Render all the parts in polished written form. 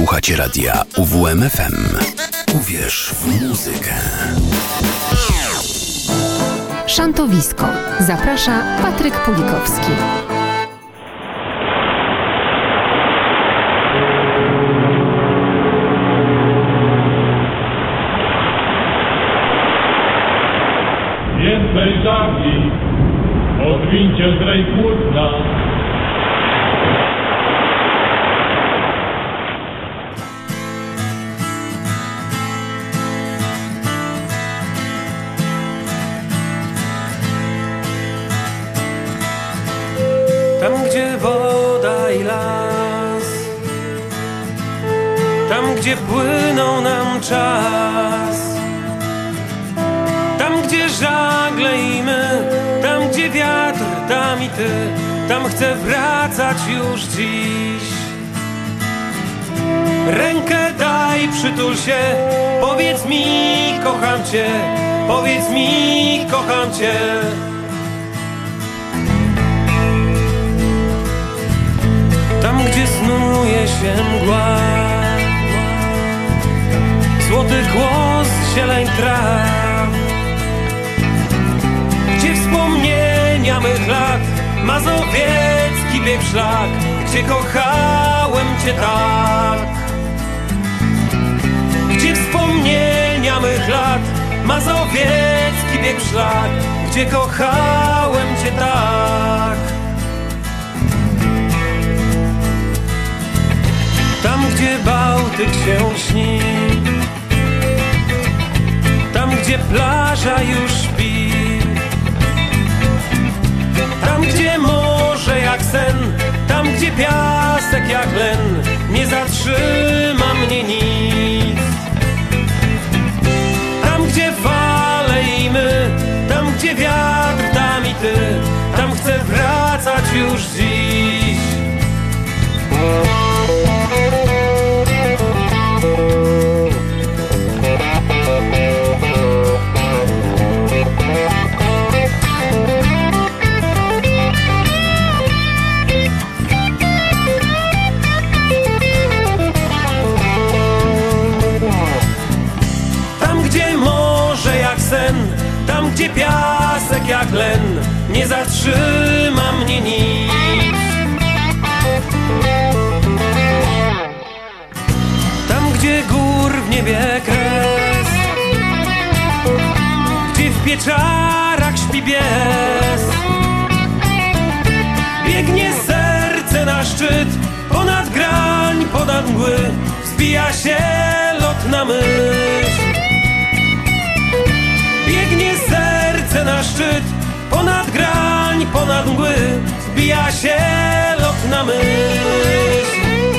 Słuchacie radia UWMFM. Uwierz w muzykę. Szantowisko. Zaprasza Patryk Pulikowski. Więcej żagli, odwincie zdrej płótna. Tam, gdzie woda i las, tam, gdzie płyną nam czas, tam, gdzie żagle i my, tam, gdzie wiatr, tam i ty, tam chcę wracać już dziś. Rękę daj, przytul się, powiedz mi, kocham cię, powiedz mi, kocham cię. Tam, gdzie snuje się mgła, złoty głos zieleń traw, gdzie wspomnienia mych lat, mazowiecki bieg szlak, gdzie kochałem cię tak. Gdzie wspomnienia mych lat, mazowiecki bieg szlak, gdzie kochałem cię tak. Tam, gdzie Bałtyk się śni, tam, gdzie plaża już śpi, tam, gdzie morze jak sen, tam, gdzie piasek jak len, nie zatrzyma mnie nic. Tam, gdzie fale i my, tam, gdzie wiatr, tam i ty, tam chcę wracać już dziś. Tam, gdzie morze jak sen, tam, gdzie piasek jak len, nie zatrzyma mnie nic. Tam, gdzie gór w niebie kres, gdzie w pieczarach śpi bies, biegnie serce na szczyt, ponad grań, ponad mgły, wzbija się lotna myśl. Biegnie serce na szczyt, ponad grań, ponad mgły, wzbija się lotna myśl.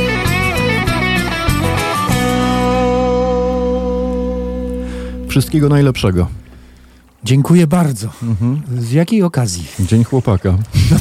Wszystkiego najlepszego. Dziękuję bardzo. Z jakiej okazji? Dzień chłopaka.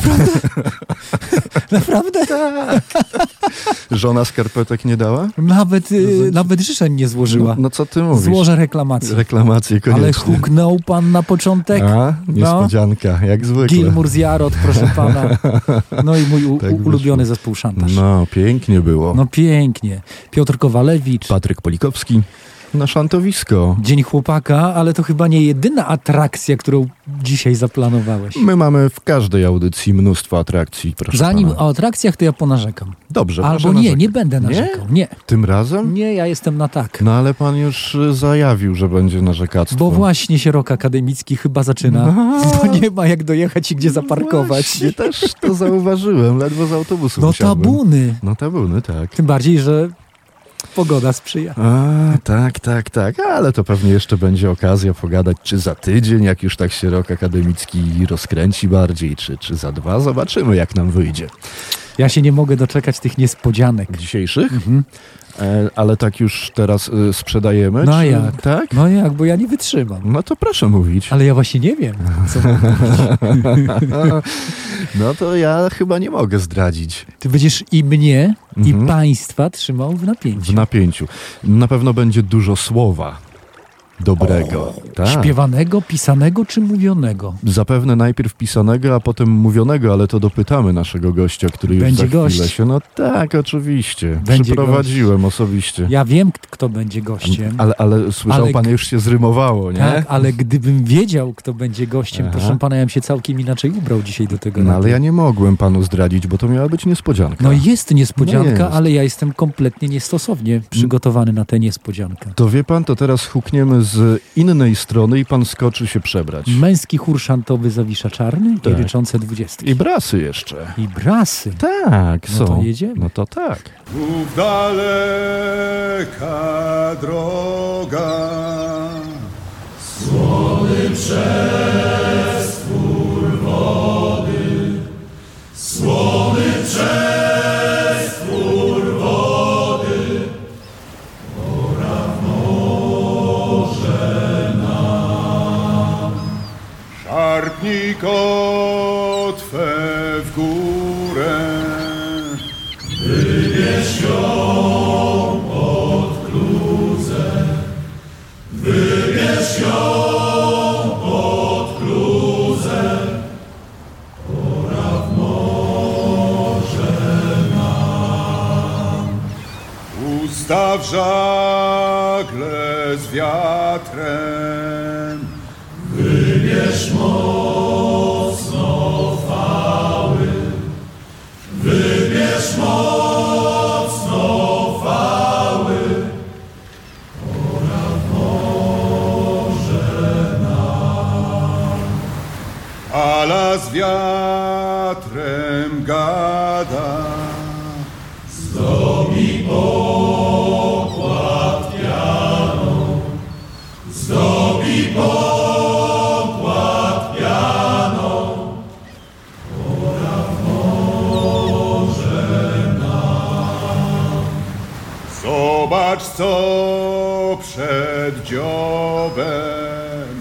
Naprawdę? Tak. Żona skarpetek nie dała? Nawet życzeń nie złożyła. No co ty mówisz? Złożę reklamację. Reklamację koniecznie. Ale huknął pan na początek. A, niespodzianka, jak zwykle. Gilmour z Jarot, proszę pana. No i mój Tak ulubiony zespół Szantaż. No, pięknie było. No pięknie. Piotr Kowalewicz. Patryk Pulikowski. Na Szantowisko. Dzień chłopaka, ale to chyba nie jedyna atrakcja, którą dzisiaj zaplanowałeś. My mamy w każdej audycji mnóstwo atrakcji, proszę Zanim pana. o atrakcjach, to ja ponarzekam. Dobrze, Albo proszę nie, narzekać. nie będę narzekał. Nie. Tym razem? Nie, ja jestem na tak. No ale pan już zajawił, że będzie narzekactwo. Bo właśnie się rok akademicki chyba zaczyna. Bo nie ma jak dojechać i gdzie zaparkować. Właśnie, też to zauważyłem, ledwo z autobusu No wysiadłem. tabuny. No tabuny, tak. Tym bardziej, że pogoda sprzyja. A, tak, ale to pewnie jeszcze będzie okazja pogadać, czy za tydzień, jak już tak się rok akademicki rozkręci bardziej, czy za 2, zobaczymy jak nam wyjdzie. Ja się nie mogę doczekać tych niespodzianek. Dzisiejszych? Ale tak już teraz sprzedajemy? No czy... jak? Tak? No jak, bo ja nie wytrzymam. No to proszę mówić. Ale ja właśnie nie wiem, co mam mówić. No to ja chyba nie mogę zdradzić. Ty będziesz i mnie, i państwa trzymał w napięciu. W napięciu. Na pewno będzie dużo słowa. dobrego. Tak. Śpiewanego, pisanego czy mówionego? Zapewne najpierw pisanego, a potem mówionego, ale to dopytamy naszego gościa, który już Będzie za chwilę gość. się... No tak, oczywiście. Będzie Przyprowadziłem osobiście. Ja wiem, kto będzie gościem. Ale słyszał pan, już się zrymowało, nie? Tak, ale gdybym wiedział, kto będzie gościem, proszę pana, ja bym się całkiem inaczej ubrał dzisiaj do tego. No ale ja nie mogłem panu zdradzić, bo to miała być niespodzianka. No jest niespodzianka, No jest. ale ja jestem kompletnie niestosownie przygotowany na tę niespodziankę. To wie pan, to teraz hukniemy z innej strony i pan skoczy się przebrać. Męski chór szantowy Zawisza Czarny Tak. i ryczące 20. I brasy jeszcze. I brasy. Tak, No są. to jedziemy. No to tak. Mów daleka droga. Szarpnij kotwę w górę. Ustaw żagle z wiatrem. Ala z wiatrem gada. Zobacz, co przed dziobem.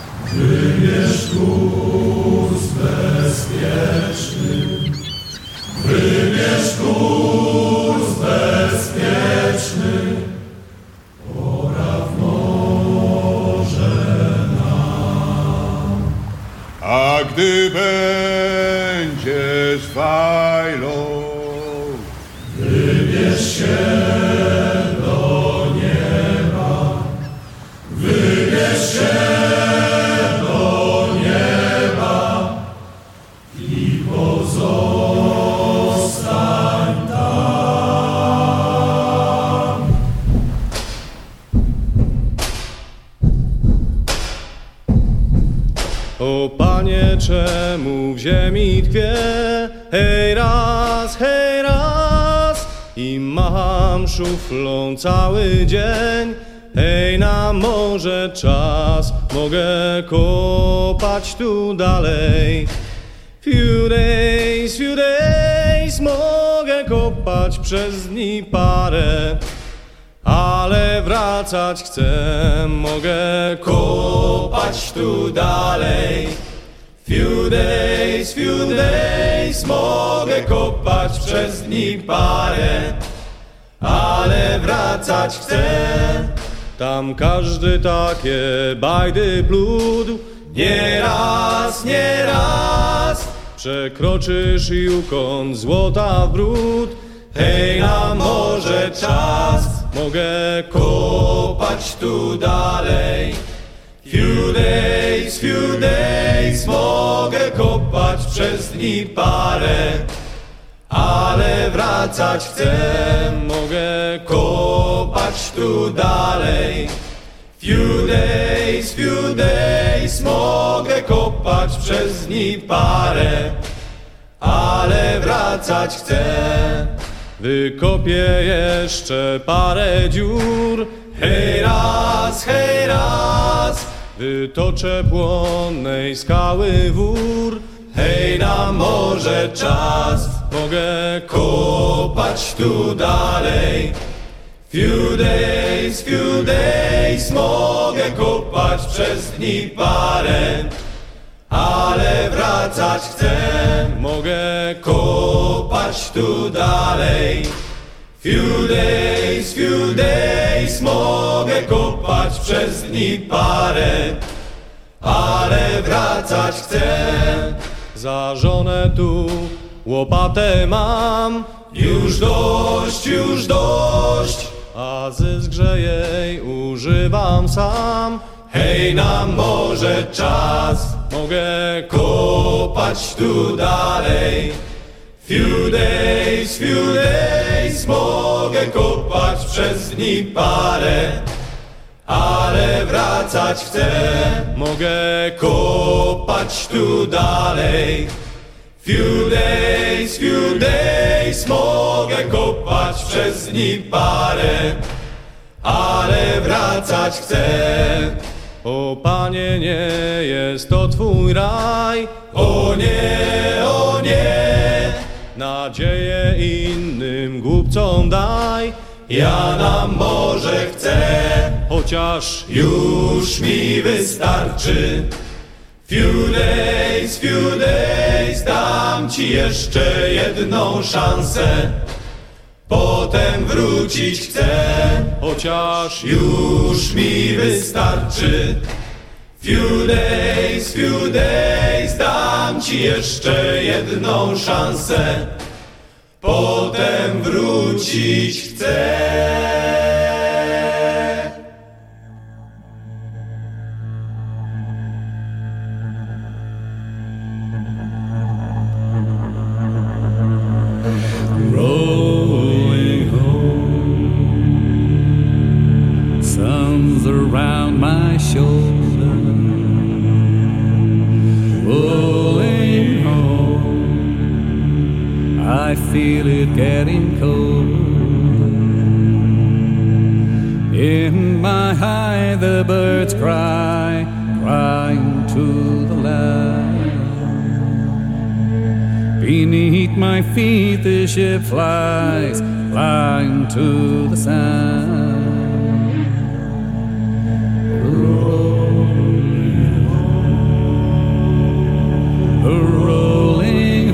A gdy będziesz fajlą, O Panie, czemu w ziemi tkwię? Hej raz i macham szuflą cały dzień. Hej, na morze czas, mogę kopać tu dalej. Few days, mogę kopać przez dni parę. Ale wracać chcę, mogę kopać tu dalej. Few days, mogę kopać przez dni parę. Ale wracać chcę. Tam każdy takie bajdy plód. Nie raz przekroczysz Yukon, złota w brud. Hej, na morze czas, mogę kopać tu dalej. Few days, mogę kopać przez dni parę. Ale wracać chcę, mogę kopać tu dalej. Few days, mogę kopać przez dni parę. Ale wracać chcę. Wykopię jeszcze parę dziur. Hej raz, wytoczę płonnej skały wór. Hej, na morze czas, mogę kopać tu dalej. Few days, mogę kopać przez dni parę. Ale wracać chcę, mogę kopać tu dalej. Few days, mogę kopać przez dni parę, ale wracać chcę. Za żonę tu łopatę mam, już dość, a zysk, że jej używam sam. Hej, na morze czas, mogę kopać tu dalej. Few days, mogę kopać przez dni parę, ale wracać chcę. Mogę kopać tu dalej. Few days, mogę kopać przez dni parę, ale wracać chcę. O Panie, nie jest to Twój raj. O nie, nadzieję innym głupcom daj. Ja na morze chcę, chociaż już mi wystarczy. Few days, dam Ci jeszcze jedną szansę. Potem wrócić chcę, chociaż już mi wystarczy. Few days, dam Ci jeszcze jedną szansę. Potem wrócić chcę. Rolling home, sun's around my shoulder. Rolling home, I feel it getting cold. In my eye the birds cry, crying to the land. Beneath my feet the ship flies, flying to the sand. Rolling home, rolling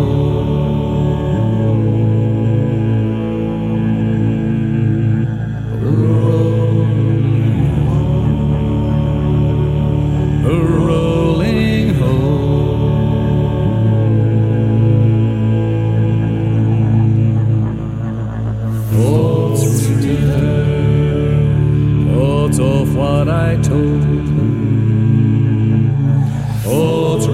home, rolling home. Thoughts of what I told them, thoughts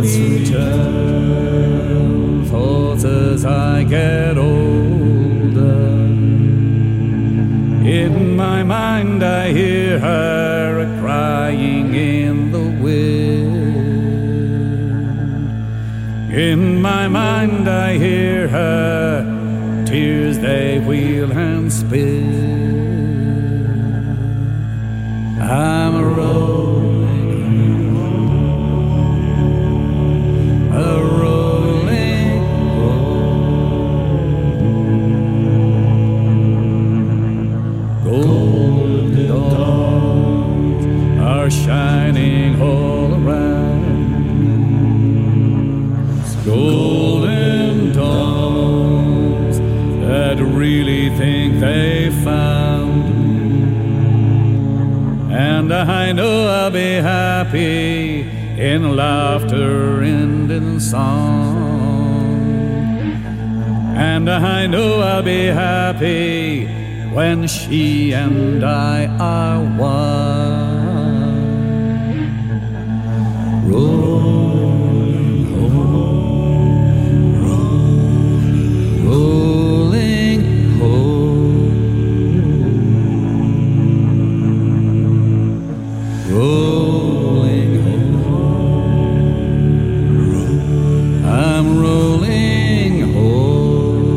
return, thoughts as I get older. In my mind I hear her crying in the wind. In my mind I hear her tears, they wheel and spin. I'm a rolling home. Golden dawns are shining all around. Golden dawns that really think they found me. And I know I'll be happy in laughter and in song. And I know I'll be happy when she and I are one. Rolling home, rolling home, rolling home. I'm rolling home.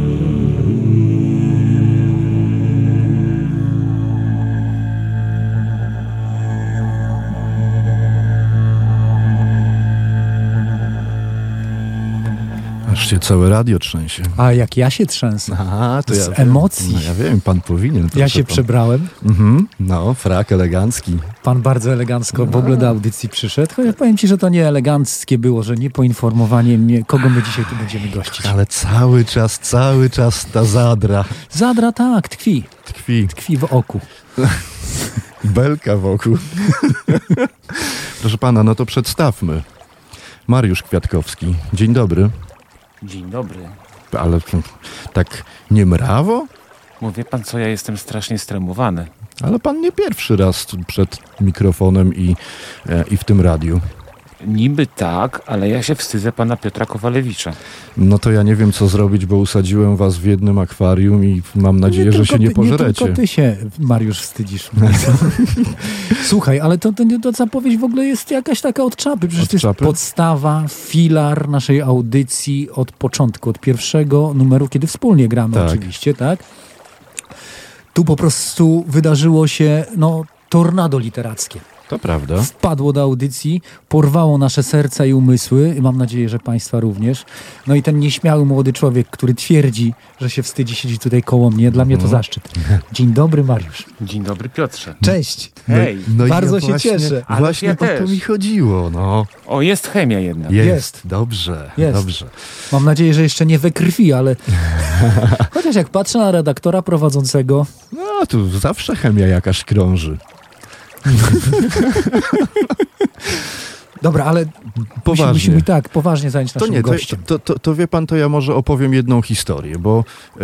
Aż się całe radio trzęsie. A jak ja się trzęsę. Aha, to z ja wiem. emocji. No ja wiem, pan powinien. Ja się przebrałem. No, frak elegancki. Pan bardzo elegancko w ogóle do audycji przyszedł. Chociaż powiem ci, że to nie eleganckie było, że nie poinformowanie mnie, kogo my dzisiaj tu będziemy gościć. Ale cały czas ta zadra. Zadra tak, tkwi w oku. Belka wokół. Proszę pana, no to przedstawmy. Mariusz Kwiatkowski. Dzień dobry. Dzień dobry. Ale tak nie mrawo? Mówię pan co, ja jestem strasznie stremowany. Ale pan nie pierwszy raz przed mikrofonem i w tym radiu. Niby tak, ale ja się wstydzę pana Piotra Kowalewicza. No to ja nie wiem, co zrobić, bo usadziłem was w jednym akwarium i mam nadzieję, że się nie pożrecie. Nie tylko ty się, Mariusz, wstydzisz mnie. Słuchaj, ale to zapowiedź w ogóle jest jakaś taka od czapy. Przecież to jest podstawa, filar naszej audycji od początku, od pierwszego numeru, kiedy wspólnie gramy oczywiście, tak? Tu po prostu wydarzyło się, tornado literackie. To prawda. Wpadło do audycji, porwało nasze serca i umysły, mam nadzieję, że państwa również. No i ten nieśmiały młody człowiek, który twierdzi, że się wstydzi, siedzi tutaj koło mnie. Dla mnie to zaszczyt. Dzień dobry, Mariusz. Dzień dobry, Piotrze. Cześć. Hej. Bardzo się cieszę. Właśnie ja o to mi chodziło, no. O, jest chemia jednak. Jest. Dobrze. Dobrze. Mam nadzieję, że jeszcze nie we krwi, ale chociaż jak patrzę na redaktora prowadzącego... No, tu zawsze chemia jakaś krąży. Dobra, ale poważnie. Musimy poważnie zająć naszym gościem. To wie pan, to ja może opowiem jedną historię, bo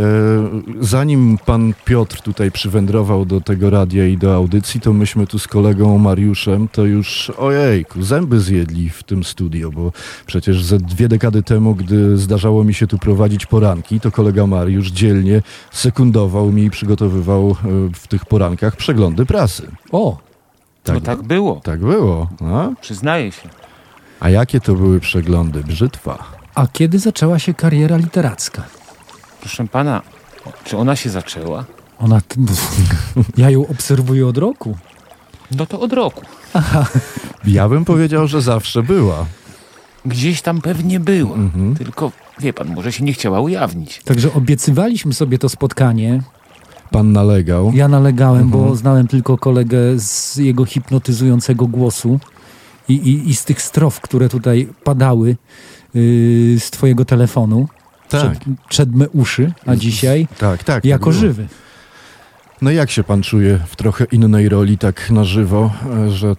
zanim pan Piotr tutaj przywędrował do tego radia i do audycji, to myśmy tu z kolegą Mariuszem to już, ojejku, zęby zjedli w tym studio, bo przecież ze 2 dekady temu, gdy zdarzało mi się tu prowadzić poranki, to kolega Mariusz dzielnie sekundował mi i przygotowywał w tych porankach przeglądy prasy. O! Tak było. Tak było. No. Przyznaję się. A jakie to były przeglądy? Brzytwa. A kiedy zaczęła się kariera literacka? Proszę pana, czy ona się zaczęła? Ja ją obserwuję od roku. No to od roku. Aha. Ja bym powiedział, że zawsze była. Gdzieś tam pewnie była. Tylko, wie pan, może się nie chciała ujawnić. Także obiecywaliśmy sobie to spotkanie. Pan nalegał. Ja nalegałem, bo znałem tylko kolegę z jego hipnotyzującego głosu i z tych strof, które tutaj padały z twojego telefonu przed me uszy, a dzisiaj jako żywy. No jak się pan czuje w trochę innej roli tak na żywo, że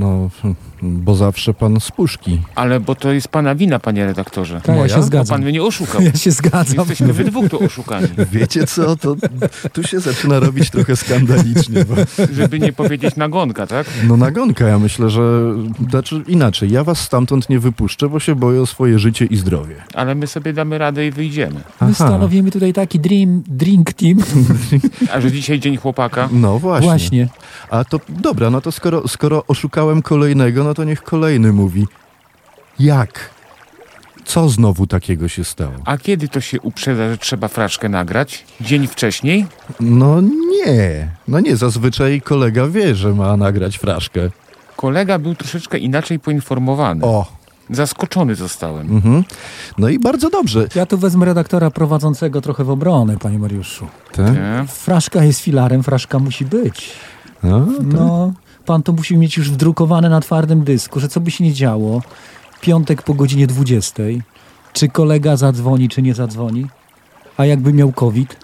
bo zawsze pan z puszki. Ale bo to jest pana wina, panie redaktorze. Tak, ja się zgadzam. Bo pan mnie nie oszukał. Ja się zgadzam. Jesteśmy wy dwóch tu oszukani. Wiecie co, to tu się zaczyna robić trochę skandalicznie. Bo... Żeby nie powiedzieć nagonka, tak? No nagonka, ja myślę, że... Znaczy inaczej, ja was stamtąd nie wypuszczę, bo się boję o swoje życie i zdrowie. Ale my sobie damy radę i wyjdziemy. My stanowimy tutaj taki drink team. A że dzisiaj dzień chłopaka? No właśnie. A to dobra, no to skoro oszukałem kolejnego, no to niech kolejny mówi. Jak? Co znowu takiego się stało? A kiedy to się uprzedza, że trzeba fraszkę nagrać? Dzień wcześniej? No nie, zazwyczaj kolega wie, że ma nagrać fraszkę. Kolega był troszeczkę inaczej poinformowany. O! Zaskoczony zostałem. No i bardzo dobrze. Ja tu wezmę redaktora prowadzącego trochę w obronę, panie Mariuszu. Tak? Fraszka jest filarem, fraszka musi być. No, pan to musi mieć już wdrukowane na twardym dysku, że co by się nie działo, piątek po godzinie 20, czy kolega zadzwoni, czy nie zadzwoni, a jakby miał COVID.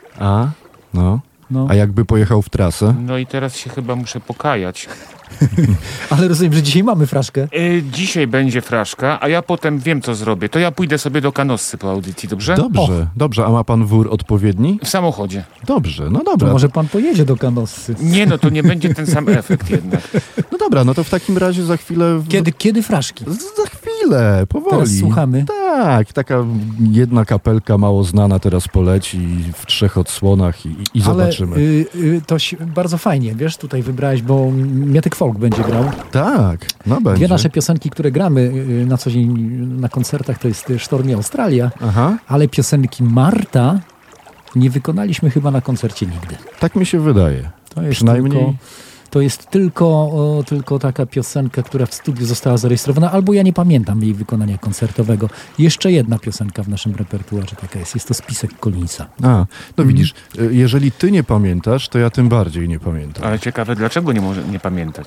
A jakby pojechał w trasę? No i teraz się chyba muszę pokajać. Ale rozumiem, że dzisiaj mamy fraszkę. Dzisiaj będzie fraszka, a ja potem wiem, co zrobię. To ja pójdę sobie do Kanossy po audycji, dobrze? Dobrze. A ma pan wór odpowiedni? W samochodzie. Dobrze, no dobra. To może pan pojedzie do Kanossy. Nie, no to nie będzie ten sam efekt jednak. No dobra, no to w takim razie za chwilę... Kiedy fraszki? Za chwilę, powoli. Teraz słuchamy. Tak, taka jedna kapelka mało znana teraz poleci w 3 odsłonach i zobaczymy. To bardzo fajnie, wiesz, tutaj wybrałeś, bo Mietek Folk będzie grał. Tak, no będzie. 2 nasze piosenki, które gramy na co dzień na koncertach, to jest Sztormie Australia, ale piosenki Marta nie wykonaliśmy chyba na koncercie nigdy. Tak mi się wydaje. To jest przynajmniej... To jest tylko taka piosenka, która w studiu została zarejestrowana, albo ja nie pamiętam jej wykonania koncertowego. Jeszcze jedna piosenka w naszym repertuarze taka jest. Jest to Spisek Collinsa. Widzisz, jeżeli ty nie pamiętasz, to ja tym bardziej nie pamiętam. Ale ciekawe, dlaczego nie może nie pamiętać?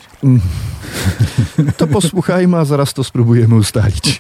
To posłuchajmy, a zaraz to spróbujemy ustalić.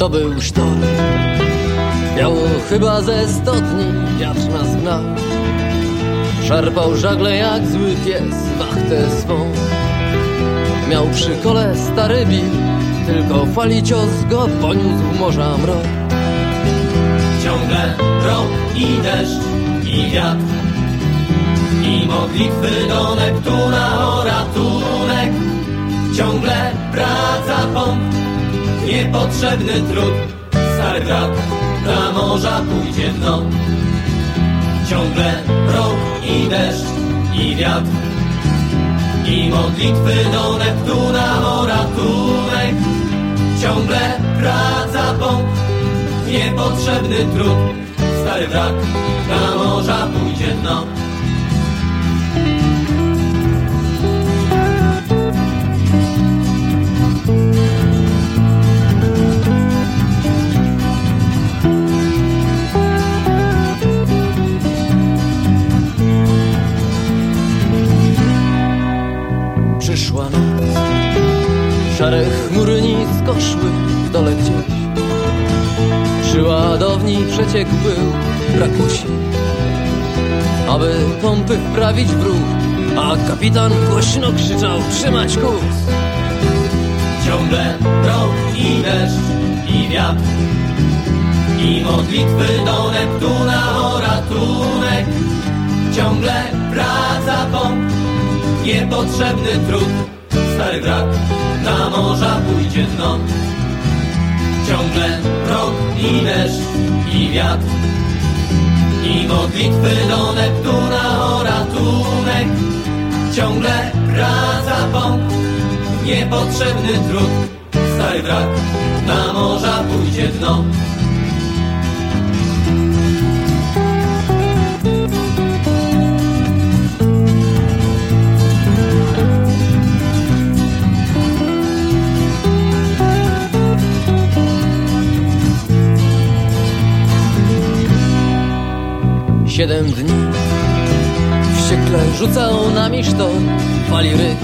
to był sztorm. Miało chyba ze 100 dni, wiatr nas gnał. Szarpał żagle jak zły pies wachtę swą. Miał przy kole stary Bill, tylko fali cios go poniósł morza mrok. Ciągle rok i deszcz i wiatr i modlitwy do Neptuna o ratunek. Ciągle praca pomp, niepotrzebny trud. Stary wrak dla morza pójdzie dno. Ciągle rok i deszcz i wiatr i modlitwy do Neptuna o ratunek. Ciągle praca pomp, niepotrzebny trud. Stary wrak dla morza pójdzie dno. Przyszła noc, szare chmury nisko szły w dole gdzieś. Przy ładowni przeciek był, brakło sił, aby pompy wprawić w ruch, a kapitan głośno krzyczał: trzymać kurs. Ciągle rok i deszcz i wiatr i modlitwy do Neptuna o ratunek. Ciągle praca pomp, niepotrzebny trud. Stary wrak na morza pójdzie dno. Ciągle rok i deszcz i wiatr i modlitwy do Neptuna o ratunek. Ciągle praca pomp, niepotrzebny trud. Stary wrak na morza pójdzie dno. Siedem dni wściekle rzucał nami sztorm, fali ryk.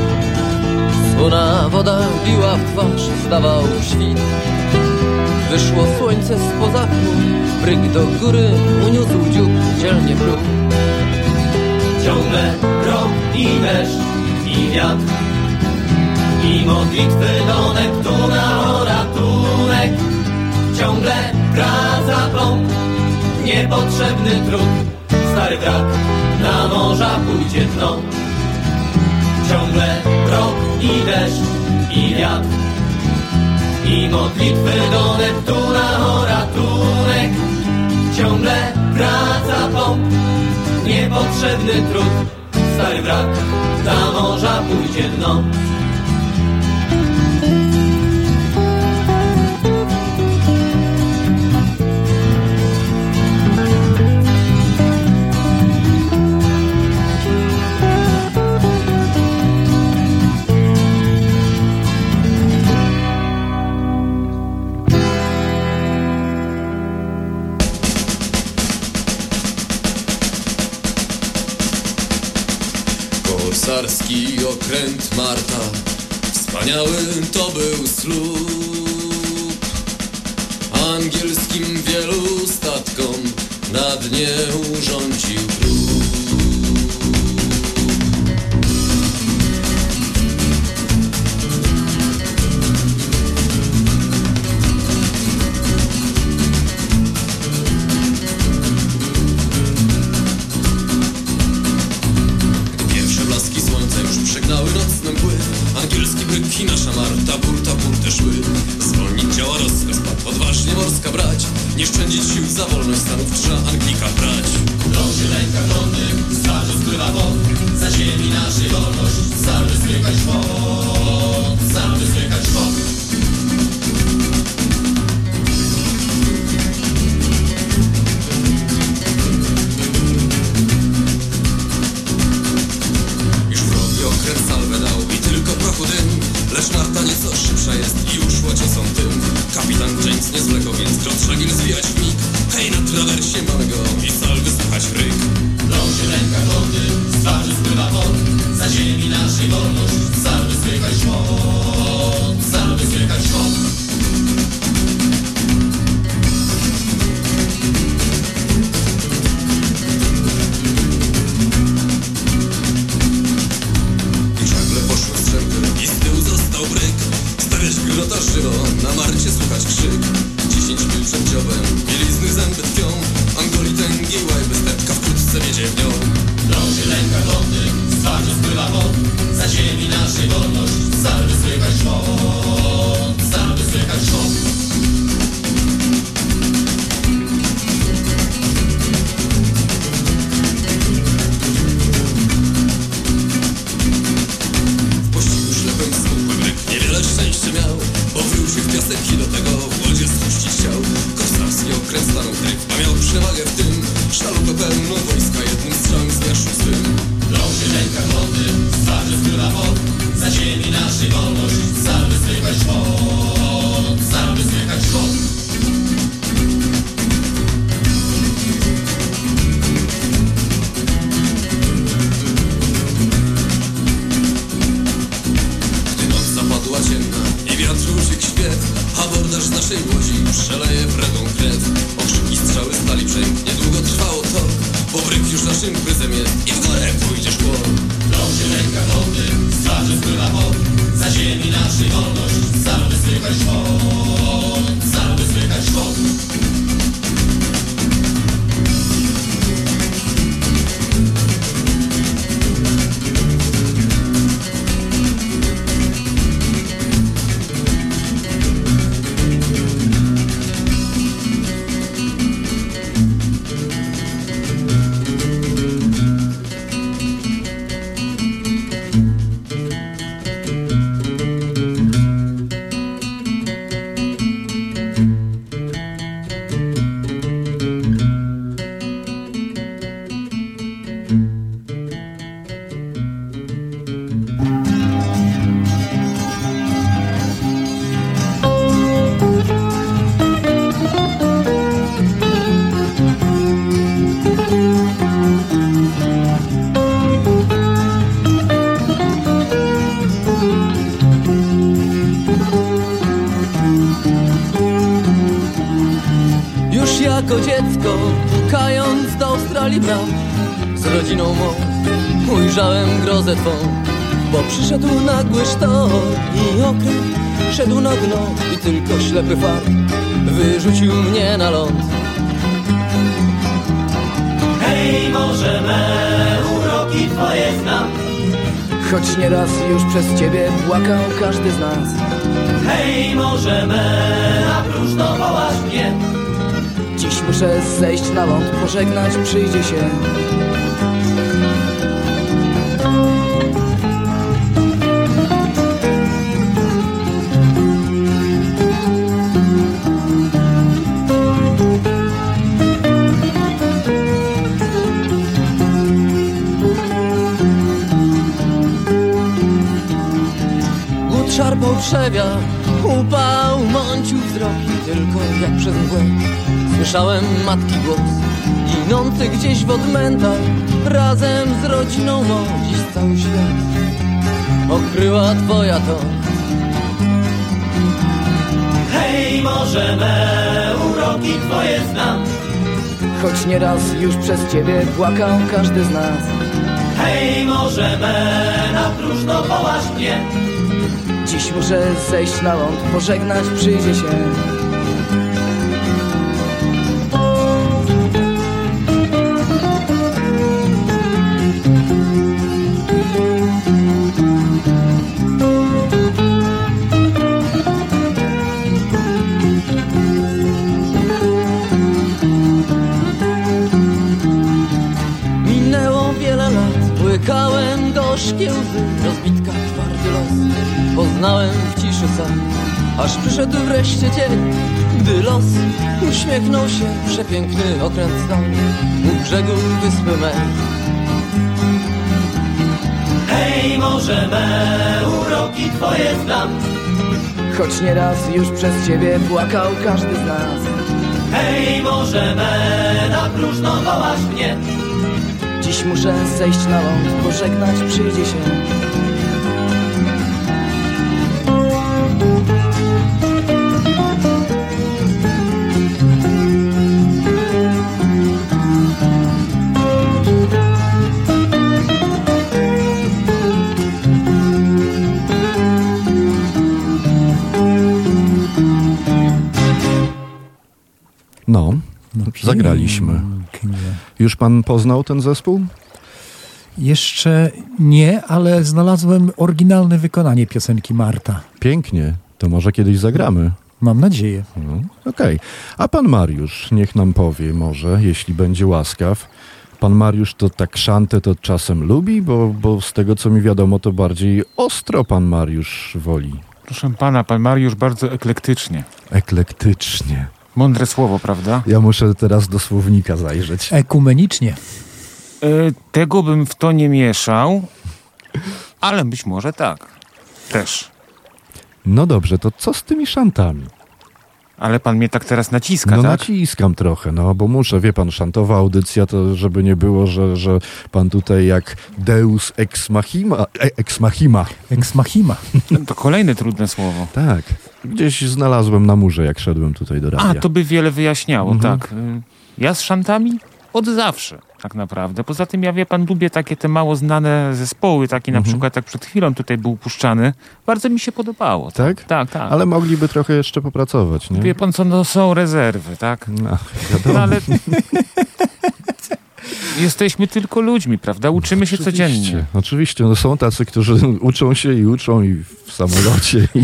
Słona woda biła w twarz, zdawał świt. Wyszło słońce spoza chmur, bryk do góry uniósł dziób, dzielnie pluł. Ciągle rok i deszcz i wiatr i modlitwy do Neptuna o ratunek. Ciągle praca pomp, niepotrzebny trud. Stary wrak na morza pójdzie dno. Ciągle rok i deszcz i wiatr i modlitwy do Neptuna o ratunek. Ciągle praca pomp, niepotrzebny trud. Stary wrak na morza pójdzie dno. Korsarski okręt Marta, wspaniały to był ślub. Angielskim wielu statkom na dnie urządził grób. Nocne mgły, angielski bryk i nasza Marta burta burtę szły. Zwolnić działa rozkaz, odważnie morska brać, nie szczędzić sił za wolność stanów, trzeba Anglika brać. Drąży ręka konnych, starze spływa wod, za ziemi naszej wolność, salwy zmykać wod, salwy zmykać wod. Okręt salwę dał i tylko prochu dym, lecz Marta nieco szybsza jest i uszła ciosą tym. Kapitan James nie zwlekał, więc krot szagil zwijać w mig. Hej, na trawersie mamy go i salwy krzyk 10 mil przed dziobem, bielizny zęby tkwią, Angoli tęgi łajby stepka wkrótce wiedzie w nią. Drąży lęka godny, z twarzy spływa pot, za ziemi naszej wolność, salwy słychać szwot, salwy słychać szwot. Niewiele szczęścia miał, bo wrył się w piasek i do tego w łodzie spuścić chciał. Korsarski okręt stanął kryk, a miał przewagę w tym, szalupę pełną wojska jednym strzałem zmiażdżył swym. Drąży ręka wody, z twarzy skrywa wod, za ziemi naszej wolność, salwy słychać szwot, salwy słychać szwot. Ciemna i wiatru uciekł śpiew, abordaż z naszej łodzi przeleje wredną krew. Okrzyki strzały stali brzęk, niedługo trwało to, bo bryk już naszym pryzem jest i w górę pójdzie szkło. Drąży ręka wody, z twarzy spływa pot, za ziemi naszej wolność, salwy słychać szwot, salwy słychać szwot. jako dziecko, pukając do Australii bram, z rodziną mą ujrzałem grozę twą, bo przyszedł nagły sztorm i okręt szedł na dno i tylko ślepy fart wyrzucił mnie na ląd. Hej, morze me, uroki twoje znam, choć nieraz już przez ciebie płakał każdy z nas. Hej, morze me, a próżno wołasz mnie. Dziś muszę zejść na ląd, pożegnać przyjdzie się. Głód szarpał przewia, upał mącił wzroki, tylko jak przez mgłę słyszałem matki głos, ginący gdzieś w odmętach, razem z rodziną mą. Dziś cały świat okryła twoja to. Hej, morze me, uroki twoje znam, choć nieraz już przez ciebie płakał każdy z nas. Hej, morze me, na próżno wołasz mnie. Dziś muszę zejść na ląd, pożegnać przyjdzie się. Minęło wiele lat, łykałem gorzkie łzy, rozbitka twardy los poznałem w ciszy sam, aż przyszedł wreszcie dzień, gdy los uśmiechnął się, przepiękny okręt stał u brzegu wyspy mej. Hej, morze me, uroki twoje znam, choć nieraz już przez ciebie płakał każdy z nas. Hej, morze me, na próżno wołasz mnie. Dziś muszę zejść na ląd, pożegnać przyjdzie się. Zagraliśmy. Już pan poznał ten zespół? Jeszcze nie, ale znalazłem oryginalne wykonanie piosenki Marta. Pięknie. To może kiedyś zagramy. Mam nadzieję. Okej. A pan Mariusz niech nam powie może, jeśli będzie łaskaw. Pan Mariusz to tak szantę to czasem lubi, bo z tego co mi wiadomo, to bardziej ostro pan Mariusz woli. Proszę pana, pan Mariusz bardzo eklektycznie. Eklektycznie. Mądre słowo, prawda? Ja muszę teraz do słownika zajrzeć. Ekumenicznie. Tego bym w to nie mieszał, ale być może tak. Też. No dobrze, to co z tymi szantami? Ale pan mnie tak teraz naciska, no, tak? Naciskam trochę, bo muszę, wie pan, szantowa audycja, to żeby nie było, że pan tutaj jak Deus ex machina. Ex machina. To kolejne trudne słowo. Tak. Gdzieś znalazłem na murze, jak szedłem tutaj do radia. To by wiele wyjaśniało, tak. Ja z szantami od zawsze, tak naprawdę. Poza tym ja, wie pan, lubię takie te mało znane zespoły, taki na przykład jak przed chwilą tutaj był puszczany. Bardzo mi się podobało. Tak? Tak. Ale mogliby trochę jeszcze popracować, nie? Wie pan co, no są rezerwy, tak? Wiadomo. No ale jesteśmy tylko ludźmi, prawda? Uczymy się codziennie. Oczywiście, no są tacy, którzy uczą się i w samolocie i...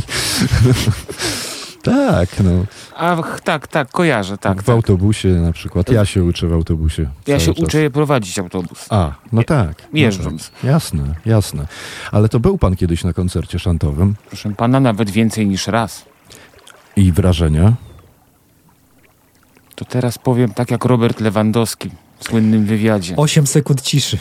Tak, no. Ach, tak, kojarzę, tak. W autobusie na przykład. Ja się uczę w autobusie. Ja się uczę prowadzić autobus. No tak. Jeżdżąc. No tak. Jasne. Ale to był pan kiedyś na koncercie szantowym? Proszę pana, nawet więcej niż raz. I wrażenia? To teraz powiem tak jak Robert Lewandowski w słynnym wywiadzie. 8 sekund ciszy.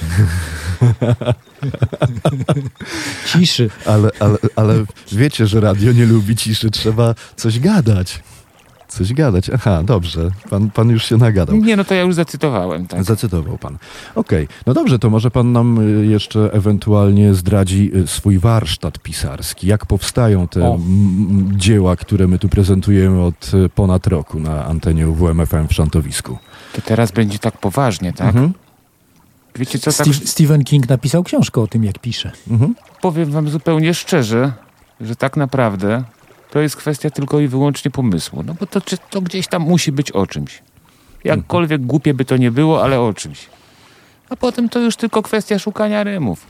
Ciszy. Ale wiecie, że radio nie lubi ciszy. Trzeba coś gadać. Aha, dobrze. Pan już się nagadał. Nie, no to ja już zacytowałem. Tak. Zacytował pan. Okej. No dobrze, to może pan nam jeszcze ewentualnie zdradzi swój warsztat pisarski. Jak powstają te dzieła, które my tu prezentujemy od ponad roku na antenie UWMFM w Szantowisku? To teraz będzie tak poważnie, tak? Wiecie co? Stephen King napisał książkę o tym, jak pisze. Powiem wam zupełnie szczerze, że tak naprawdę to jest kwestia tylko i wyłącznie pomysłu. No bo to gdzieś tam musi być o czymś. Jakkolwiek głupie by to nie było, ale o czymś. A potem to już tylko kwestia szukania rymów.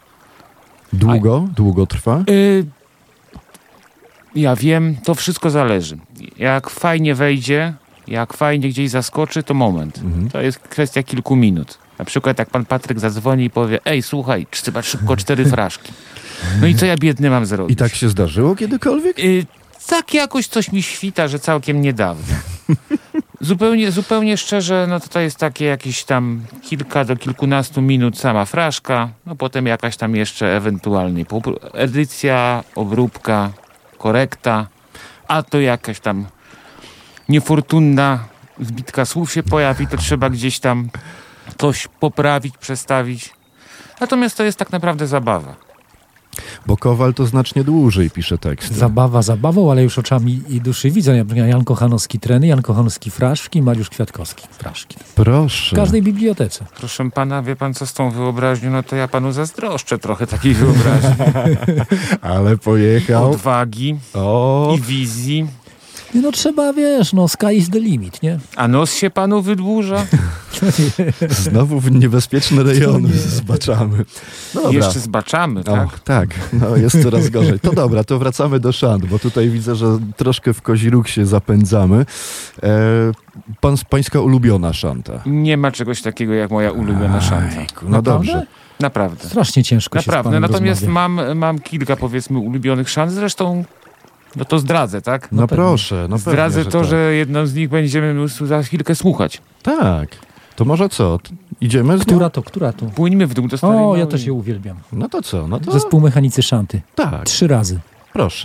Długo trwa? Ja wiem, to wszystko zależy. Jak fajnie wejdzie, jak fajnie gdzieś zaskoczy, to moment. To jest kwestia kilku minut. Na przykład jak pan Patryk zadzwoni i powie: ej, słuchaj, trzeba szybko 4 fraszki. No i co ja biedny mam zrobić? I tak się zdarzyło kiedykolwiek? Tak jakoś coś mi świta, że całkiem niedawno. Zupełnie szczerze, no to jest takie jakieś tam kilka do kilkunastu minut sama fraszka, no potem jakaś tam jeszcze ewentualnie edycja, obróbka, korekta, a to jakaś tam niefortunna zbitka słów się pojawi, to trzeba gdzieś tam coś poprawić, przestawić. Natomiast to jest tak naprawdę zabawa. Bo Kowal to znacznie dłużej pisze teksty. Zabawa zabawą, ale już oczami i duszy widzę. Jan Kochanowski treny, Jan Kochanowski fraszki, Mariusz Kwiatkowski fraszki. Proszę. W każdej bibliotece. Proszę pana, wie pan co z tą wyobraźnią? No to ja panu zazdroszczę trochę takiej wyobraźni. Ale pojechał. Odwagi i wizji. No trzeba, wiesz, sky is the limit, nie? A nos się panu wydłuża? Znowu w niebezpieczne rejony zbaczamy. No dobra. Jeszcze zbaczamy, tak? Tak, jest coraz gorzej. To dobra, to wracamy do szant, bo tutaj widzę, że troszkę w kozi róg się zapędzamy. Pańska ulubiona szanta? Nie ma czegoś takiego jak moja ulubiona szanta. No dobrze. Naprawdę. Strasznie ciężko się z panem Natomiast mam kilka, powiedzmy, ulubionych szant. Zresztą no to zdradzę, tak? No proszę. No zdradzę pewnie, to, że że jedną z nich będziemy za chwilkę słuchać. Tak. To może co? Idziemy z Która to? Płyńmy w dół do Starej O, ja też je uwielbiam. No to co? Zespół Mechanicy Szanty. Tak. 3 razy. Proszę.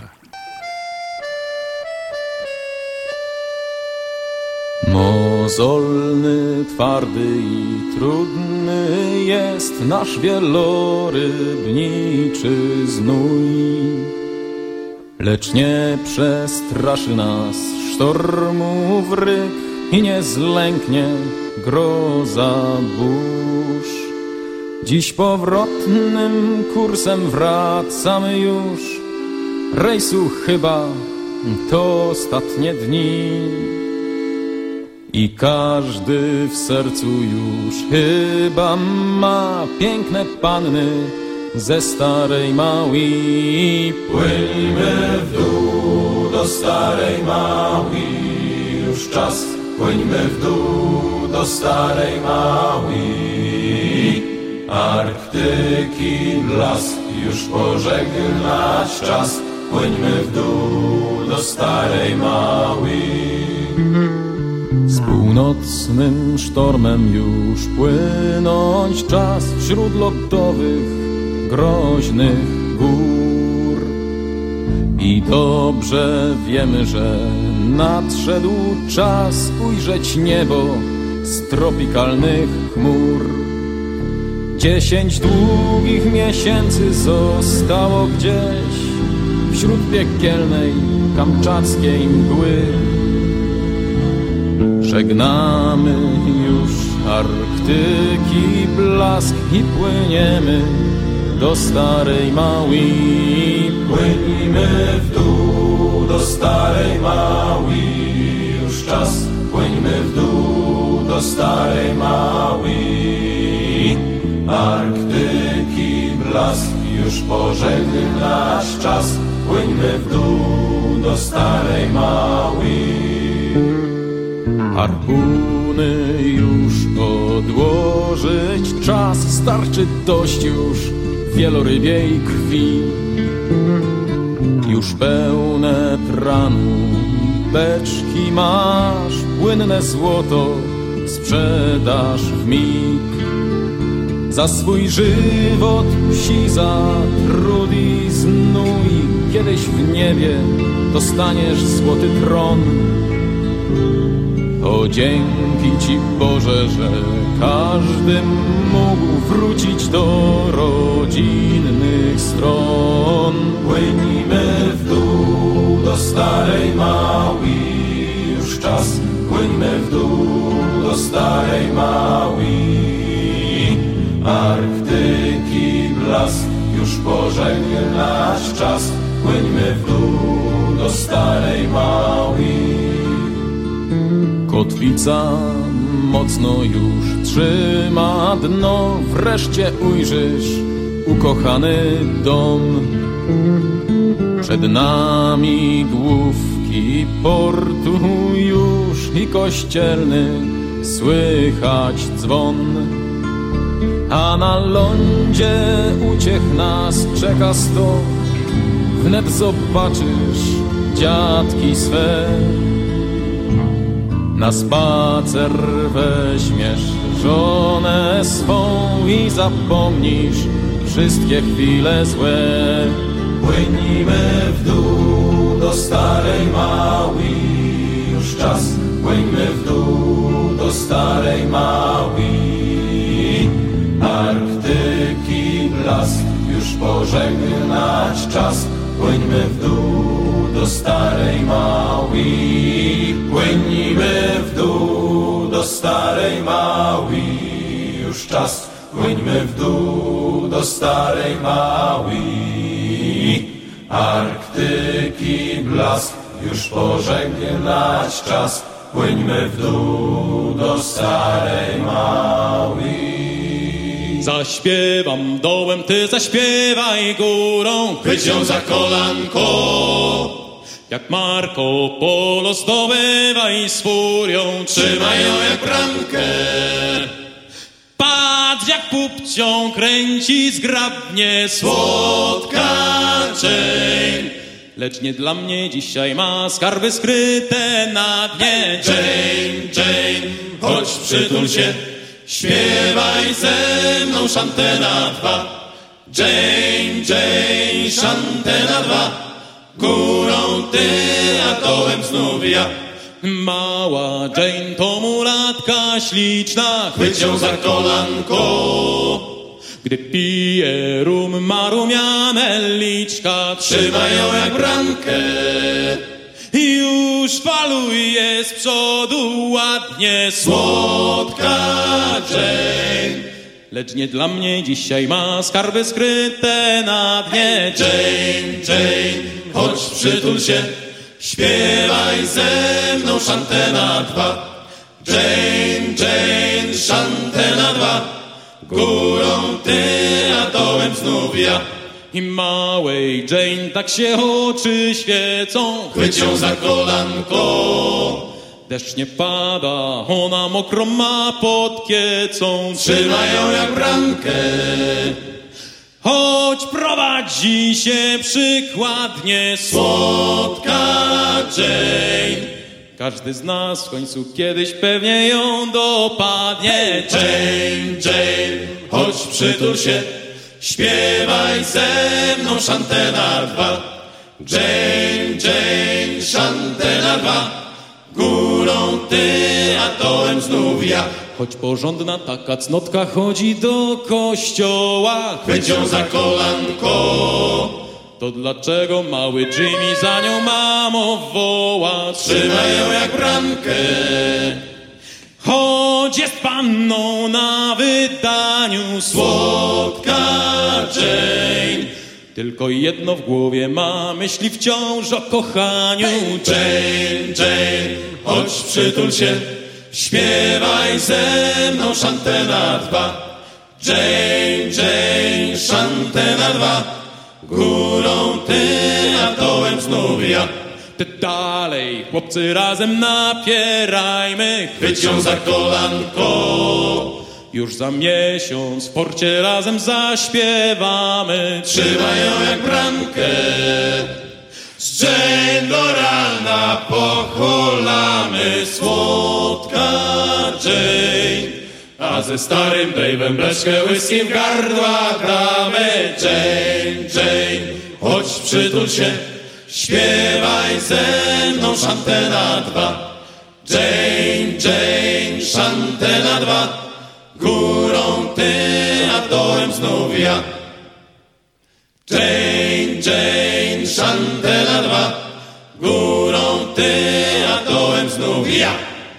Mozolny, twardy i trudny jest nasz wielorybniczy znój. Lecz nie przestraszy nas sztormu wryk i nie zlęknie groza burz. Dziś powrotnym kursem wracamy już, rejsu chyba to ostatnie dni. I każdy w sercu już chyba ma piękne panny ze starej Maui. Płyńmy w dół do starej Maui, już czas. Płyńmy w dół do starej Maui. Arktyki blask już pożegnać czas. Płyńmy w dół do starej Maui. Z północnym sztormem już płynąć czas wśród lodowych, groźnych gór. I dobrze wiemy, że nadszedł czas ujrzeć niebo z tropikalnych chmur. 10 długich miesięcy zostało gdzieś wśród piekielnej kamczackiej mgły. Żegnamy już Arktyki blask i płyniemy do starej Maui. Płyńmy w dół do starej Maui, już czas. Płyńmy w dół do starej Maui. Arktyki blask już pożegnać czas. Płyńmy w dół do starej Maui. Harpuny już odłożyć czas, starczy dość już wielorybiej krwi. Już pełne tranu beczki masz, płynne złoto sprzedasz w mig. Za swój żywot wsi, za trud i znój, kiedyś w niebie dostaniesz złoty tron. O dzięki Ci Boże, że każdy mógł wrócić do rodzinnych stron. Płyńmy w dół do starej Maui, już czas. Płyńmy w dół do starej Maui. Arktyki blask już pożegnać czas. Płyńmy w dół do starej Maui. Kotwica mocno już trzyma dno, wreszcie ujrzysz ukochany dom. Przed nami główki portu już i kościelny słychać dzwon. A na lądzie uciech nas czeka sto, wnet zobaczysz dziadki swe. Na spacer weźmiesz żonę swą i zapomnisz wszystkie chwile złe. Płyńmy w dół do starej Maui, już czas. Płyńmy w dół do starej Maui. Arktyki blask już pożegnać czas. Płyńmy w dół do starej Maui. Płyńmy w dół do starej Maui, już czas. Płyńmy w dół do starej Maui. Arktyki blask już pożegnać czas. Płyńmy w dół do starej Maui. Zaśpiewam dołem, ty zaśpiewaj górą, chwyć ją za kolanko. Jak Marco Polo zdobywaj z furią, trzymaj ją jak bramkę. Patrz jak pupcią kręci zgrabnie słodka Jane. Lecz nie dla mnie dzisiaj ma skarby skryte na dnie. Jane, Jane, chodź przytul się, śpiewaj ze mną szantę na dwa. Jane, Jane, szantę na dwa. Górą ty, a dołem znów ja. Mała Jane to mulatka śliczna, chwyć ją za kolanko. Gdy pije rum, ma rumiane liczka, trzymaj ją jak bramkę. Już faluje z przodu ładnie słodka Jane. Lecz nie dla mnie dzisiaj ma skarby skryte na dnie. Jane, Jane, chodź przytul się, śpiewaj ze mną szantę na dwa. Jane, Jane, szantę na dwa. Górą ty, a dołem znów ja. I małej Jane tak się oczy świecą. Chwyć ją za kolanko. Deszcz nie pada, ona mokro ma pod kiecą. Trzymaj ją jak bramkę. Choć prowadzi się przykładnie słodka Jane. Każdy z nas w końcu kiedyś pewnie ją dopadnie. Jane, Jane, chodź przytul się. Śpiewaj ze mną szantę na dwa. Jane, Jane, szantę na dwa. Górą ty, a dołem znów ja. Choć porządna taka cnotka chodzi do kościoła. Chwyć ją za kolanko. To dlaczego mały Jimmy za nią mamo woła? Trzymaj ją jak bramkę. Choć jest panną na wydaniu słodka Jane. Tylko jedno w głowie ma, myśli wciąż o kochaniu. Jane, Jane, chodź przytul się. Śpiewaj ze mną szantę na dwa. Jane, Jane, szantę na dwa. Górą ty, a dołem znów ja. Ty dalej, chłopcy, razem napierajmy. Chwyć ją za kolanko. Już za miesiąc w porcie razem zaśpiewamy. Trzymaj ją jak bramkę. Z Jane do rana pochulamy. Słodka Jane. A ze starym Dave'em beczkę whisky w gardła damy. Jane, Jane, chodź przytul się. Śpiewaj ze mną szantę na dwa. Jane, Jane, szantę na dwa. Górą ty, a dołem znów ja. Jane, Jane, szantę na dwa. Górą ty, a dołem znów ja.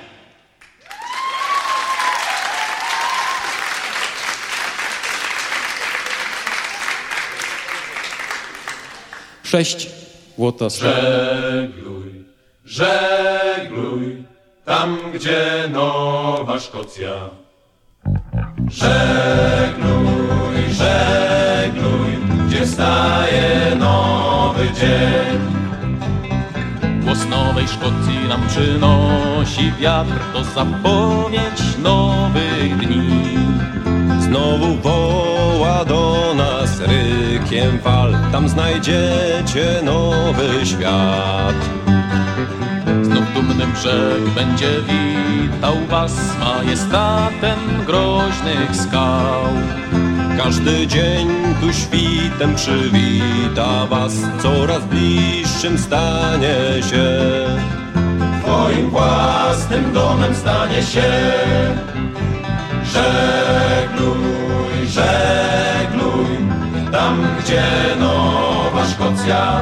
Łota żegluj, żegluj, tam gdzie Nowa Szkocja. Żegluj, żegluj, gdzie staje nowy dzień. Głos Nowej Szkocji nam przynosi wiatr, to zapowiedź nowych dni. Znowu woła do nas rykiem fal, tam znajdziecie nowy świat. Znów dumny brzeg będzie witał was majestatem groźnych skał. Każdy dzień tu świtem przywita was, coraz bliższym stanie się. Twoim własnym domem stanie się. Żegluj, żegluj, tam gdzie Nowa Szkocja.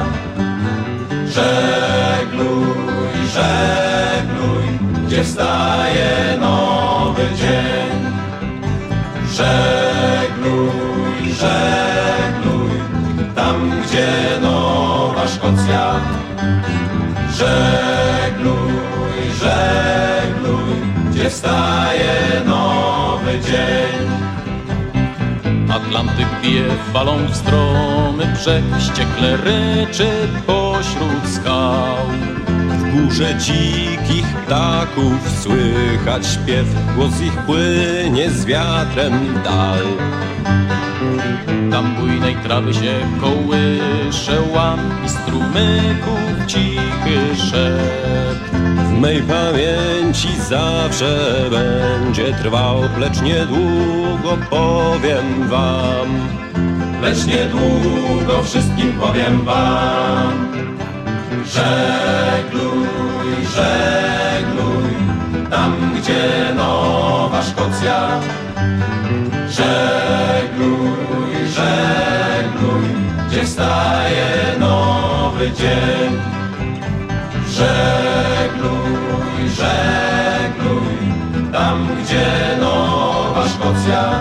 Żegluj, żegluj, gdzie wstaje nowy dzień. Żegluj, żegluj, tam gdzie Nowa Szkocja. Żegluj, żegluj, gdzie wstaje nowy dzień. Atlantyk bije falą w stromy brzeg, wściekle ryczy pośród skał. W górze dzikich ptaków słychać śpiew, głos ich płynie z wiatrem dal. Tam bujnej trawy się kołysze łan i strumyków cichy szept. W mej pamięci zawsze będzie trwał, lecz niedługo powiem wam. Lecz niedługo wszystkim powiem wam. Żegluj, żegluj, tam gdzie Nowa Szkocja. Żegluj, żegluj, gdzie wstaje nowy dzień. Żegluj, żegluj, tam gdzie Nowa Szkocja.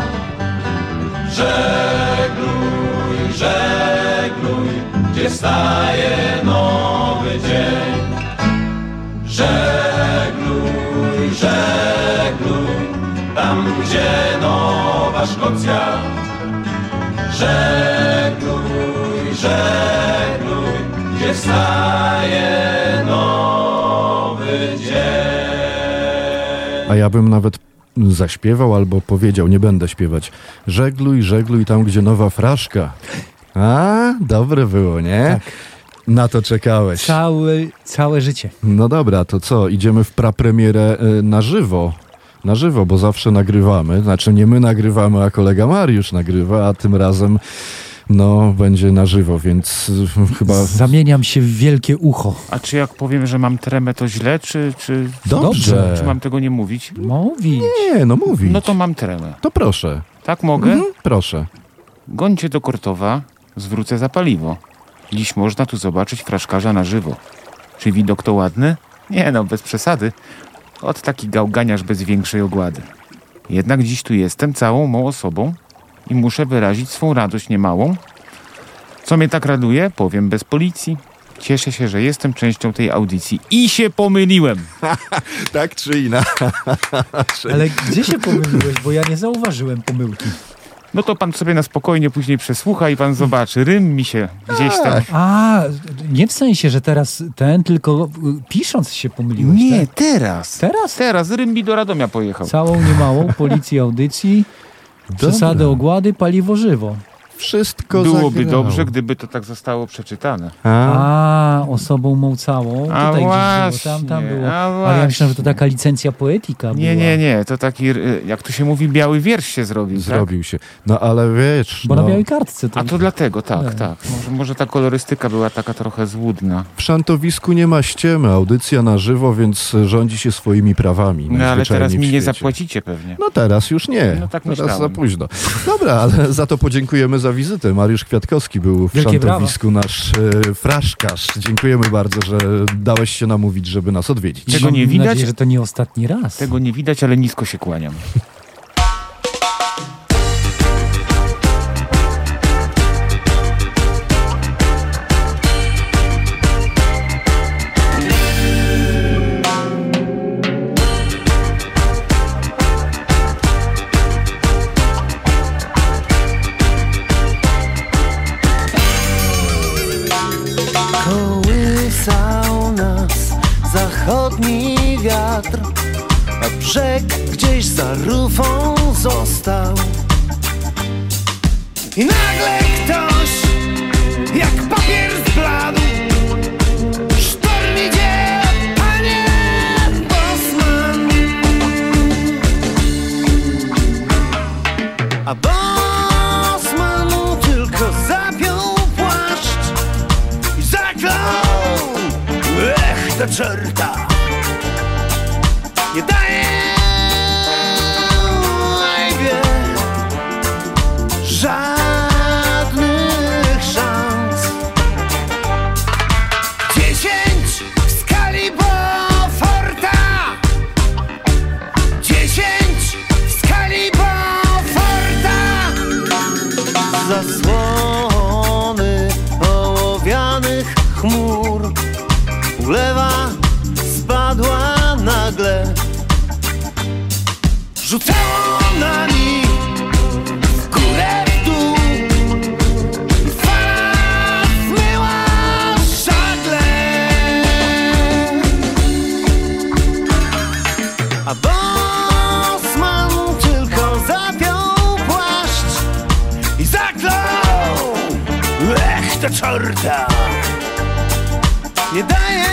Żegluj, żegluj, gdzie wstaje nowy dzień. Żegluj, żegluj. Nowa Szkocja. Żegluj, żegluj, gdzie wstaje nowy dzień. A ja bym nawet zaśpiewał albo powiedział, nie będę śpiewać. Żegluj, żegluj tam, gdzie nowa fraszka. A, dobre było, nie? Tak. Na to czekałeś. Całe życie. No dobra, to co? Idziemy w prapremierę na żywo. Na żywo, bo zawsze nagrywamy. Znaczy nie my nagrywamy, a kolega Mariusz nagrywa, a tym razem no będzie na żywo, więc chyba... Zamieniam się w wielkie ucho. A czy jak powiem, że mam tremę, to źle, czy... Dobrze. Czy mam tego nie mówić? Mówić. Nie, no mówić. No to mam tremę. To proszę. Tak mogę? Proszę. Gońcie do Kortowa, zwrócę za paliwo. Dziś można tu zobaczyć fraszkarza na żywo. Czy widok to ładny? Nie no, bez przesady. Ot taki gałganiarz bez większej ogłady. Jednak dziś tu jestem całą mą osobą i muszę wyrazić swą radość niemałą. Co mnie tak raduje? Powiem bez policji. Cieszę się, że jestem częścią tej audycji i się pomyliłem. Tak czy inaczej. Ale gdzie się pomyliłeś? Bo ja nie zauważyłem pomyłki. No to pan sobie na spokojnie później przesłucha i pan zobaczy. Rym mi się gdzieś tam... A, nie w sensie, że teraz tylko pisząc się pomyliłeś. Nie, tak? teraz. Teraz? Teraz. Rym mi do Radomia pojechał. Całą niemałą policji audycji, przesady ogłady, paliwo żywo. Wszystko byłoby zagrało. dobrze, gdyby to tak zostało przeczytane. Osobą mą całą. A tutaj właśnie, gdzieś było, tam było. a Ale ja myślałem, że to taka licencja poetyka była. Nie. To taki, jak to się mówi, biały wiersz się zrobił. Zrobił się. No ale wiesz... Bo na białej kartce. A to dlatego, tak. Może ta kolorystyka była taka trochę złudna. W Szantowisku nie ma ściemy, audycja na żywo, więc rządzi się swoimi prawami. No ale teraz mi nie świecie. zapłacicie pewnie. No teraz już nie. No tak teraz myślałem. za późno. Dobra, ale za to podziękujemy za wizytę. Mariusz Kwiatkowski był w Wielkie Szantowisku, nasz fraszkarz. Dziękujemy bardzo, że dałeś się namówić, żeby nas odwiedzić. Tego nie widać. Mam nadzieję, że to nie ostatni raz. Tego nie widać, ale nisko się kłaniam. Kołysał nas zachodni wiatr, a brzeg gdzieś za rufą został. I nagle ktoś jak papier zbladł. Sztorm idzie, panie Bosman. A Bosman tylko zapiął płaszcz i zaklął. Ech, ta czerta nie daje żadnych szans. 10 w skali Beauforta, 10 w skali Beauforta. Zasłony ołowianych chmur, ulewa spadła nagle. Rzucało na nich w górę, w dół i fala zmyła żagle. A Bosman tylko zapiął płaszcz i zaklął. Ech, ta czorta nie daje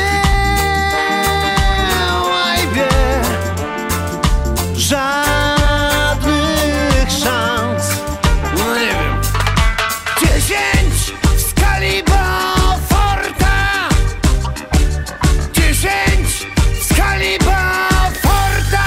łajbie żadnych szans. No nie wiem. 10 w skali Beauforta, 10 w skali Beauforta.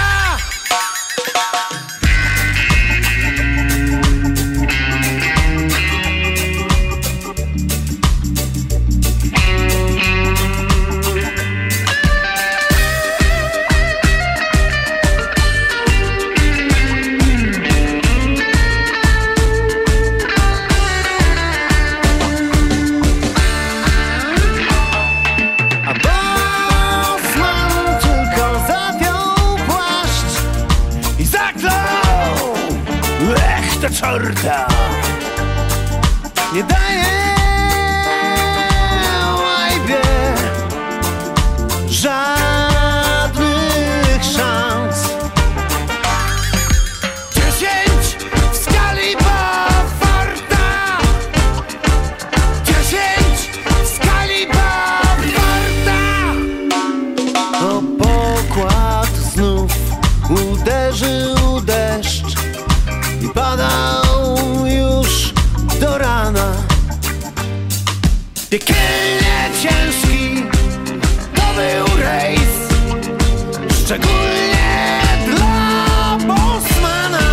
czorta. Nie daję łajbie żadnych szans. 10 w skali Baforta, 10 w skali Baforta. O pokład znów uderzył deszcz i padał już do rana. Piekielnie ciężki to był rejs, szczególnie dla Bosmana.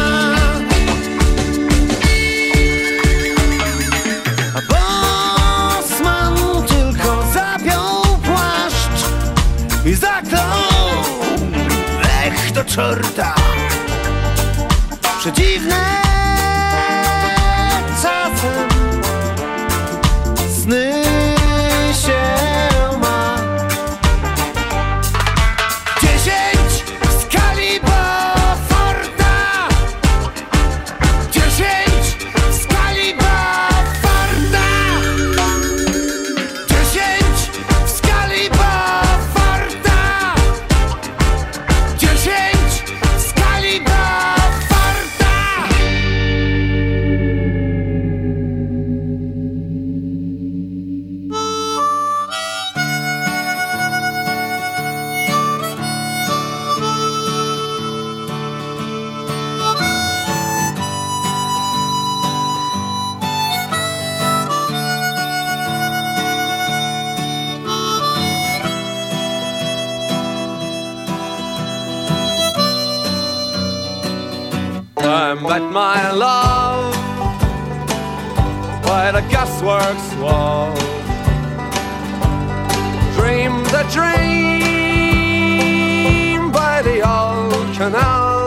A Bosman tylko zapiął płaszcz i zaklął: ech do czorta. Przedziwne czasem sny się ma. 10 w skali Baforta, 10 w skali Baforta, 10 w skali Baforta, 10 w skali Baforta. I met my love by the gasworks wall. Dreamed a dream by the old canal.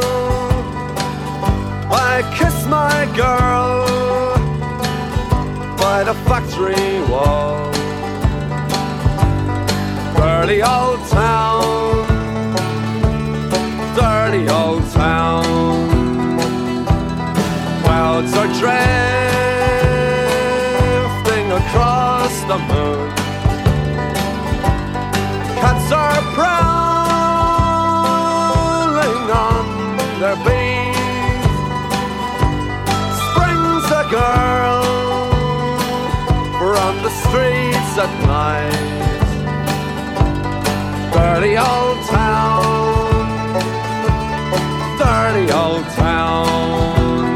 I kissed my girl by the factory wall. Dirty old town, dirty old town. Clouds are drifting across the moon. Cats are prowling on their beat. Springs a girl from the streets at night. Dirty old town, dirty old town.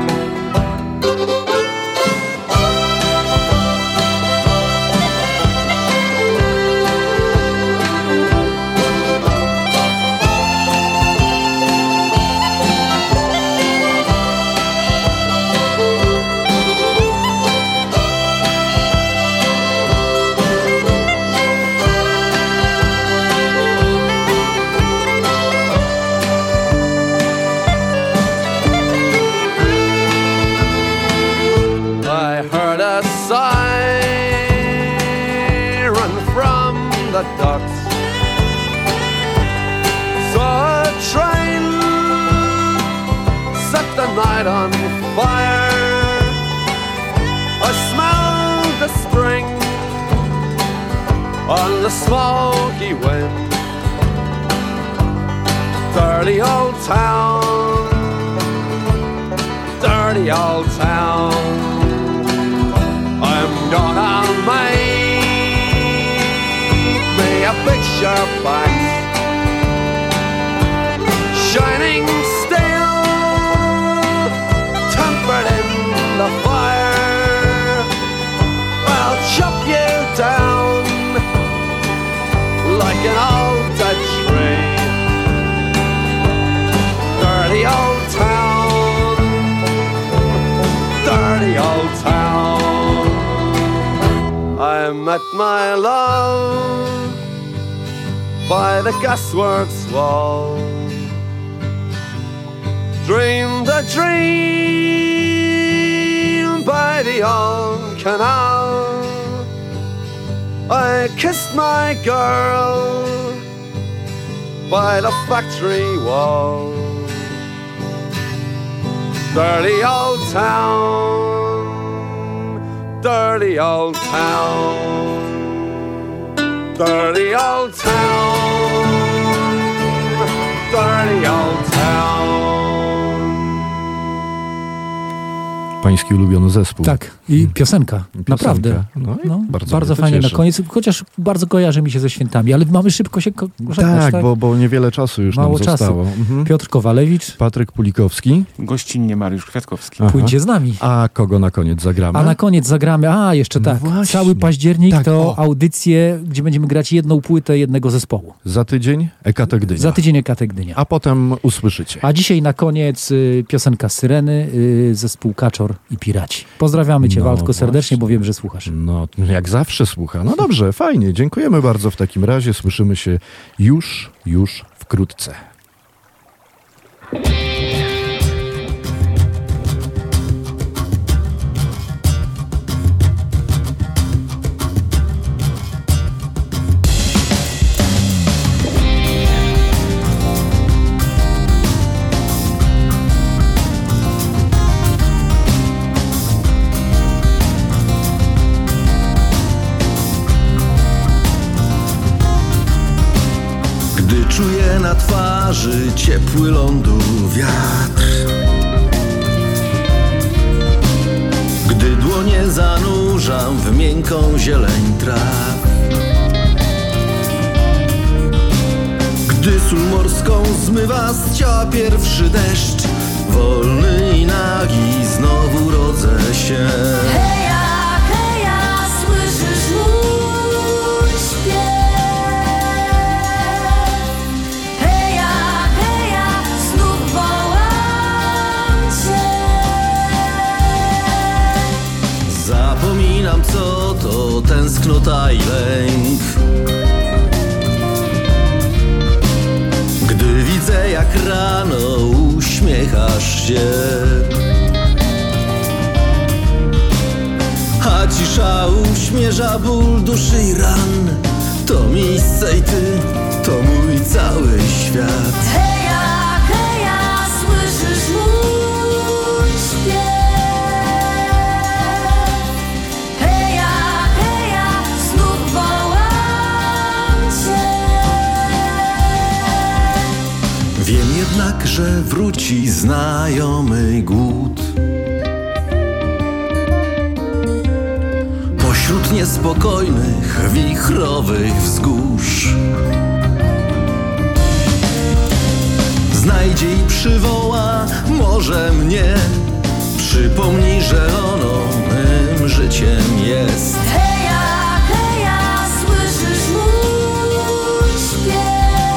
Siren from the docks. Saw a train set the night on fire. I smelled the spring on the smoky wind. Dirty old town, dirty old town. I'm gonna make me a picture box, shining steel, tempered in the fire. I'll chop you down like an old dead tree. Dirty old town, dirty old town. I met my love by the gasworks wall. Dreamed a dream by the old canal. I kissed my girl by the factory wall. Dirty old town, dirty old town, dirty old town, dirty old town. Pański ulubiony zespół. Tak, i piosenka. Naprawdę. No, bardzo fajnie cieszy. na koniec, chociaż bardzo kojarzy mi się ze świętami, ale mamy szybko się żegnać, tak? Bo niewiele czasu już mało nam czasu. zostało. Piotr Kowalewicz. Patryk Pulikowski. Gościnnie Mariusz Kwiatkowski. Pójdzie z nami. A kogo na koniec zagramy? A na koniec zagramy, jeszcze tak, cały październik to audycje, gdzie będziemy grać jedną płytę jednego zespołu. Za tydzień Ekate Gdynia. Za tydzień Ekate Gdynia. A potem usłyszycie. A dzisiaj na koniec piosenka Syreny, zespół Kaczor i Piraci. Pozdrawiamy Cię, Waldko, serdecznie, bo wiem, że słuchasz. No, jak zawsze słucha. No dobrze, fajnie. Dziękujemy bardzo w takim razie. Słyszymy się już wkrótce. Czuję na twarzy ciepły lądu wiatr. Gdy dłonie zanurzam w miękką zieleń traw. Gdy sól morską zmywa z ciała pierwszy deszcz, wolny i nagi znowu rodzę się. Heja, słyszysz mój śpiew? Zapominam, co to tęsknota i lęk. Gdy widzę, jak rano uśmiechasz się, a cisza uśmierza ból duszy i ran. To miejsce i ty, to mój cały świat. Heja, słyszysz mój śpiew? Wiem jednak, że wróci znajomy głód. Pośród niespokojnych, wichrowych wzgórz znajdzie i przywoła może mnie. Przypomnij, że ono mym życiem jest. Heja, słyszysz mój śpiew?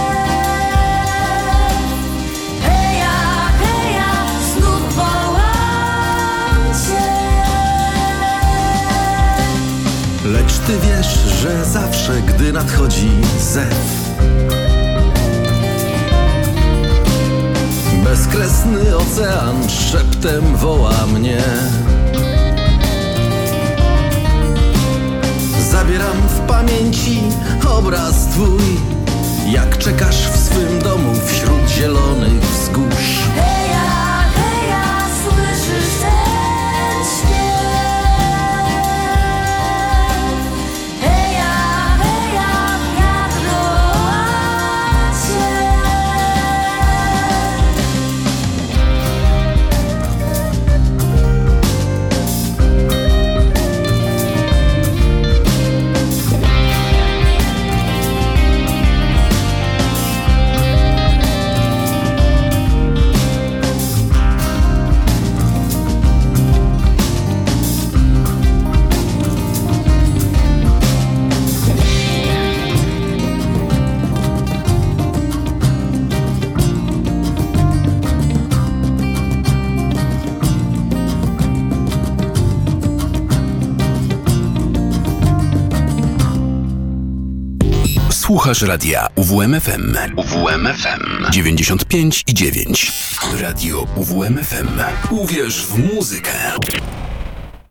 Lecz ty wiesz, że zawsze, gdy nadchodzi zew, bezkresny ocean szeptem woła mnie. Zabieram w pamięci obraz twój, jak czekasz w swym domu wśród zielonych wzgórz. Heja, słyszysz ten śpiew? Słuchasz radia UWMFM. UWMFM 95,9. Radio UWMFM. Uwierz w muzykę.